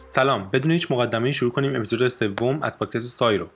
سلام، بدون هیچ مقدمه‌ای شروع کنیم اپیزود سوم از پادکست سای رو.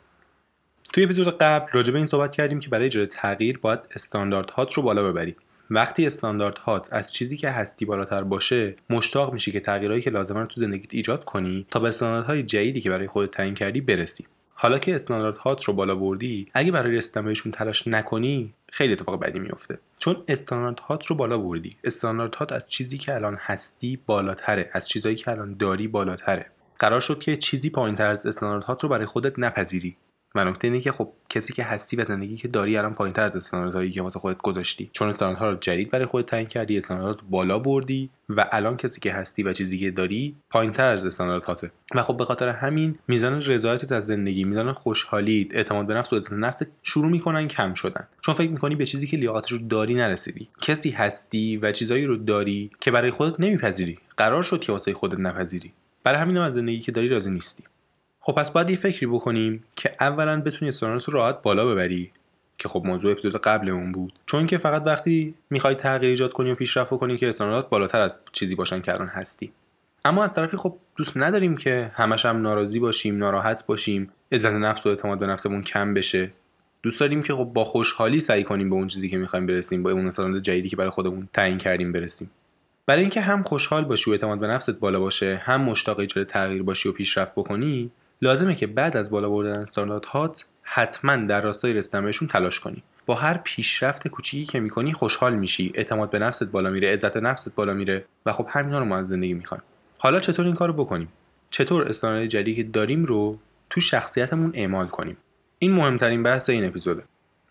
توی اپیزود قبل راجع به این صحبت کردیم که برای ایجاد تغییر باید استانداردهات رو بالا ببری. وقتی استانداردهات از چیزی که هستی بالاتر باشه، مشتاق میشی که تغییرایی که لازمه رو تو زندگیت ایجاد کنی تا به استانداردهای جدیدی که برای خودت تعیین کردی برسی. حالا که استانداردهات رو بالا بردی، اگه برای رسیدن بهشون تلاش نکنی، خیلی اتفاق بدی میفته. چون استانداردهات رو بالا بردی. استانداردهات از چیزی که الان هستی بالاتره، از چیزایی که الان داری بالاتره. قرار شد که چیزی پایین‌تر از استانداردهات رو برای خودت نپذیری. و نکته اینه که خب کسی که هستی و زندگی که داری الان پایین‌تر از استانداردهایی که واسه خودت گذاشتی، چون استانداردها رو جدید برای خودت تعیین کردی، استانداردها رو بالا بردی و الان کسی که هستی و چیزی که داری پایین‌تر از استانداردهاته. و خب به خاطر همین میزان رضایتت از زندگی، میزان خوشحالیت، اعتماد به نفس و عزت نفست شروع میکنن کم شدن، چون فکر میکنی به چیزی که لیاقتش رو داری نرسیدی. کسی هستی و چیزایی رو داری که برای خودت نمیپذیری، قرار شد که واسه خودت نپذیری. برای همین از زندگی که داری راضی نیستی. خب پس باید یه فکری بکنیم که اولا بتونی استانداردت رو راحت بالا ببری، که خب موضوع اپیزود قبلمون بود. چون که فقط وقتی میخوای تغییر ایجاد کنی و پیشرفت کنی که استانداردات بالاتر از چیزی باشن که الان هستی. اما از طرفی خب دوست نداریم که همش هم ناراضی باشیم، ناراحت باشیم، عزت نفس و اعتماد به نفسمون کم بشه. دوست داریم که خب با خوشحالی سعی کنیم به اون چیزی که میخوایم برسیم، با اون استاندارد جدیدی که برای خودمون تعیین کردیم برسیم. برای اینکه هم خوشحال باشی و اعتماد به نفست بالا باشه، هم مشتاق ایجاد تغییر باشی و پیشرفت بکنی، لازمه که بعد از بالا بردن استانداردهات حتما در راستای رسیدن بهشون تلاش کنی. با هر پیشرفت کوچیکی که میکنی خوشحال میشی، اعتماد به نفست بالا میره، عزت نفست بالا میره و خب همینا رو ما از زندگی میخوایم. حالا چطور این کارو بکنیم؟ چطور استاندارد جدیدی که داریم رو تو شخصیتمون اعمال کنیم؟ این مهمترین بحث این اپیزوده.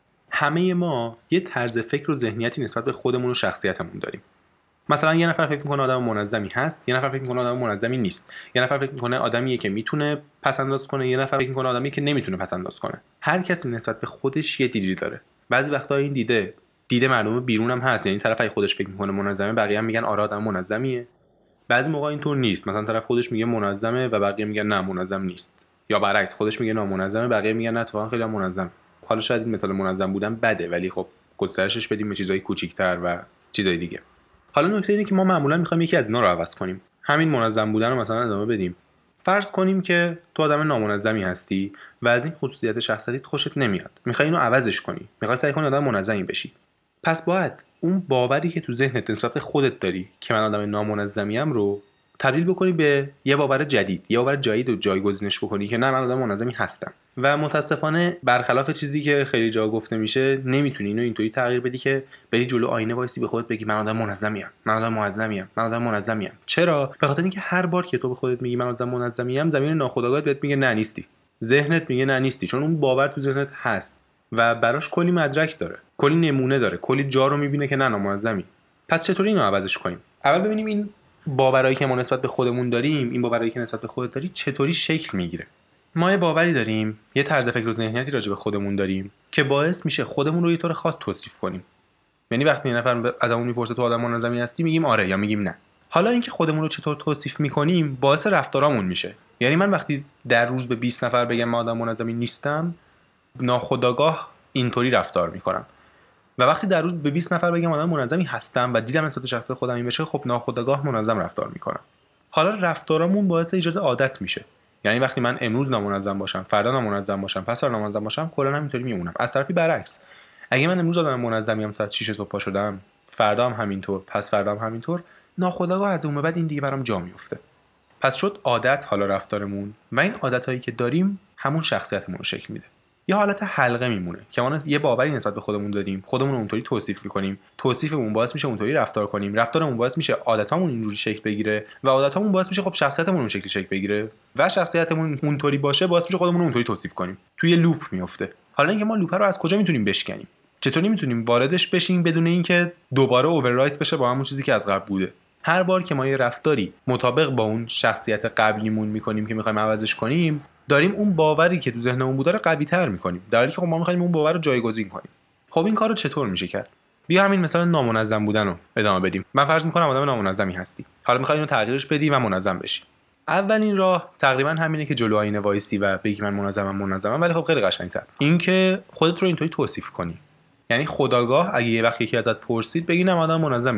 همه ما یه طرز فکر و ذهنیتی نسبت به خودمون و شخصیتمون داریم. مثلا یه نفر فکر میکنه آدم منظمی هست، یه نفر فکر میکنه آدم منظمی نیست، یه نفر فکر میکنه آدمیه که میتونه پسنداز کنه، یه نفر فکر میکنه آدمیه که نمیتونه پسنداز کنه. هر کسی نسبت به خودش یه دیدی داره. بعضی وقتا این دیده مردم بیرون هم هست، یعنی طرفی خودش فکر میکنه منظمه، بقیه هم میگن آره آدم منظمیه. بعضی موقع اینطور نیست، مثلا طرف خودش میگه منظمه و بقیه میگن نه منظم نیست، یا برعکس خودش میگه نامنظمه، بقیه میگن نه اتفاقا خیلی منظم. حالا شاید این مثال منظم بودن بده، ولی خب گسترشش بدیم به چیزای کوچیک‌تر و چیزای دیگه. حالا نکته اینه که ما معمولا میخوایم یکی از اینا رو عوض کنیم، همین منظم بودن رو مثلا ادامه بدیم. فرض کنیم که تو آدم نامنظمی هستی و از این خصوصیت شخصیتیت خوشت نمیاد، میخوای اینو عوضش کنی، میخوای سعی کنی آدم منظمی بشی. پس باید اون باوری که تو ذهنت نسبت به خودت داری که من آدم نامنظمیم رو تبدیل بکنی به یه باور جدید، یه باور جدید رو جایگزینش بکنی که نه من آدم منظمی هستم. و متاسفانه برخلاف چیزی که خیلی جا گفته میشه، نمیتونی اینو اینطوری تغییر بدی که بری جلو آینه وایسی به خودت بگی من آدم منظمیم، من آدم منظمیم، من آدم منظمیم. چرا؟ به خاطر اینکه هر بار که تو به خودت میگی من آدم منظمیم، زمین ناخودآگاهت بهت میگه نه نیستی. ذهنت میگه نه نیستی، چون اون باور تو ذهنت هست و براش کلی مدرک داره، کلی نمونه داره، کلی جا رو میبینه که نه نامنظمی. پس چطوری اینو عوضش کنیم؟ اول ببینیم این باورایی که ما نسبت به خودمون داریم، این باورایی که نسبت به خودت داری چطوری شکل میگیره. ما یه باوری داریم، یه طرز فکر و ذهنیتی راجع به خودمون داریم که باعث میشه خودمون رو یه طور خاص توصیف کنیم. یعنی وقتی یه نفر ازمون میپرسه تو آدم منظمی هستی، میگیم آره یا میگیم نه. حالا اینکه خودمون رو چطور توصیف میکنیم باعث رفتارامون میشه. یعنی من وقتی در روز به 20 نفر بگم من آدم منظمی نیستم، ناخودآگاه اینطوری رفتار میکنم. و وقتی در روز به 20 نفر بگم آدم منظمی هستم و دیدم نسبت به شخصیت خودم این بشه، خب ناخودآگاه منظم رفتار میکنم. حالا رفتارامون باعث ایجاد عادت میشه. یعنی وقتی من امروز نامنظم باشم، فردا نامنظم باشم، پس فردا نامنظم باشم، کلا همینطوری میمونم. از طرفی برعکس، اگه من امروز آدم منظمیم، ساعت 6 صبح پا شدم، فردا هم همینطور، پس فردا هم همینطور، ناخودآگاه از اون به بعد این دیگه برام جا میفته. پس شد عادت حالا رفتارمون، و این عادتایی که داریم همون شخصیتمون رو شکل میده. یه حالت حلقه میمونه که ما یه باوری نسبت به خودمون داریم، خودمون رو اونطوری توصیف میکنیم، توصیفمون باعث میشه اونطوری رفتار کنیم، رفتارمون باعث میشه عادتامون اینجوری شکل بگیره و عادتامون باعث میشه خب شخصیتمون اون شکلی شکل بگیره و شخصیتمون اونطوری باشه باعث میشه خودمون رو اونطوری توصیف کنیم. توی لوپ میفته. حالا اینکه ما لوپ رو از کجا میتونیم بشکنیم؟ چطوری میتونیم واردش بشیم بدون اینکه دوباره اوررایت بشه با همون چیزی که از قبل بوده؟ هر بار که ما یه رفتاری مطابق با اون شخصیت قبلیمون میکنیم که میخوایم عوضش کنیم، داریم اون باوری که تو ذهنمون بوده رو قوی‌تر می‌کنیم، در حالی که خب ما می‌خوایم اون باور رو جایگزین کنیم. خب این کارو چطور میشه کرد؟ بیا همین مثلا نامنظم بودن رو ادامه بدیم. من فرض می‌کنم آدم نامنظمی هستی. حالا می‌خوای اینو تغییرش بدی و منظم بشی. اولین راه تقریبا همینه که جلو آینه وایسی و بگی من منظمم، ولی خب خیلی قشنگ‌تر این که خودت رو اینطوری توصیف کنی. یعنی خودآگاه اگه یه وقت یکی ازت پرسید بگی نه آدم منظمیم.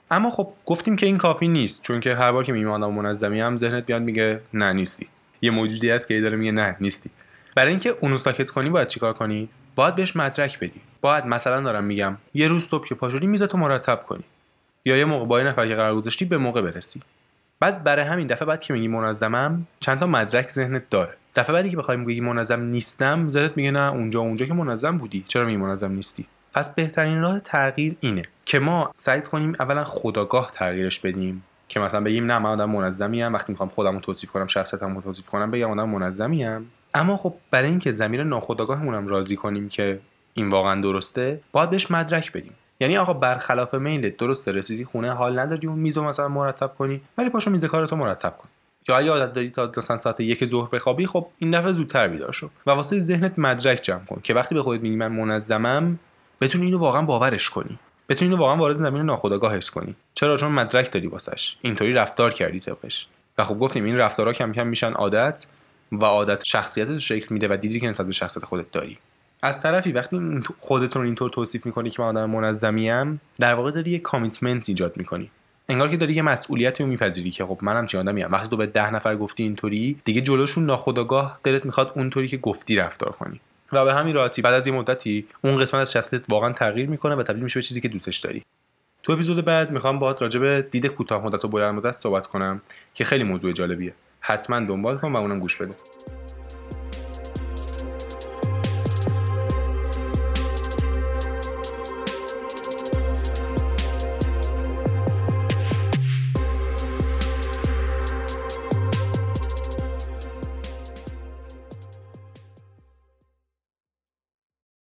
اما خب گفتیم که این کافی نیست، چون که هر بار که میگیم آدم منظمی هم ذهنت بیاد میگه نه نیستی. یه موجودی هست که داره میگه نه نیستی. برای اینکه اونو ساکت کنی باید چیکار کنی؟ باید بهش مدرک بدی. باید مثلا دارم میگم یه روز صبح که پاشدی میزتو مرتب کنی، یا یه موقع با یه نفر که قرار گذاشتی به موقع برسی. بعد برای همین دفعه بعد که میگی منظمم چند تا مدرک ذهنت داره. دفعه بعدی که بخوایم بگی منظم نیستم، ذهنت میگه نه اونجا که منظم بودی، چرا میگی منظم نیستی؟ پس بهترین راه تغییر اینه که ما سعی کنیم اولا خودآگاه تغییرش بدیم، که مثلا بگیم نه من آدم منظمی ام، وقتی میخوام خودمو توصیف کنم، شخصیتمو توصیف کنم بگم آدم منظمی ام. اما خب برای اینکه ضمیر ناخودآگاهمون هم راضی کنیم که این واقعا درسته، باید بهش مدرک بدیم. یعنی آقا برخلاف میلت درسته رسیدی خونه حال نداری اون میزو مثلا مرتب کنی، ولی پاشو میز کارتو مرتب کن. یا اگه عادت داری تا مثلا ساعت 1 ظهر بخوابی، خب این دفعه زودتر بیدار شو و واسه ذهنت مدرک جمع کن که وقتی به خودت میگی من منظمم، بتونی اینو واقعا باورش کنی، بتونی اینو واقعا وارد زمین ناخودآگاهش کنی. چرا؟ چون مدرک داری واسش، اینطوری رفتار کردی طبقش. و خب گفتیم این رفتارها کم کم میشن عادت و عادت شخصیتت رو شکل میده و دیدی که نسبت به شخصیت خودت داری. از طرفی وقتی خودتون اینطور توصیف میکنی که من آدم منظمیم، در واقع داری یه کامیتمنت ایجاد میکنی، انگار که داری یه مسئولیتی رو میپذیری که خب منم چه آدمیم. وقتی تو به 10 نفر گفتی اینطوری، دیگه جلوشون ناخودآگاه دلت میخواد اونطوری که گفتی رفتار کنی و به همین راحتی بعد از یه مدتی اون قسمت از شخصیتت واقعا تغییر میکنه و تبدیل میشه به چیزی که دوستش داری. تو اپیزود بعد میخوام باهات راجع به دید کوتاه مدت و بلند مدت صحبت کنم که خیلی موضوع جالبیه. حتما دنبال کن و اونم گوش بده.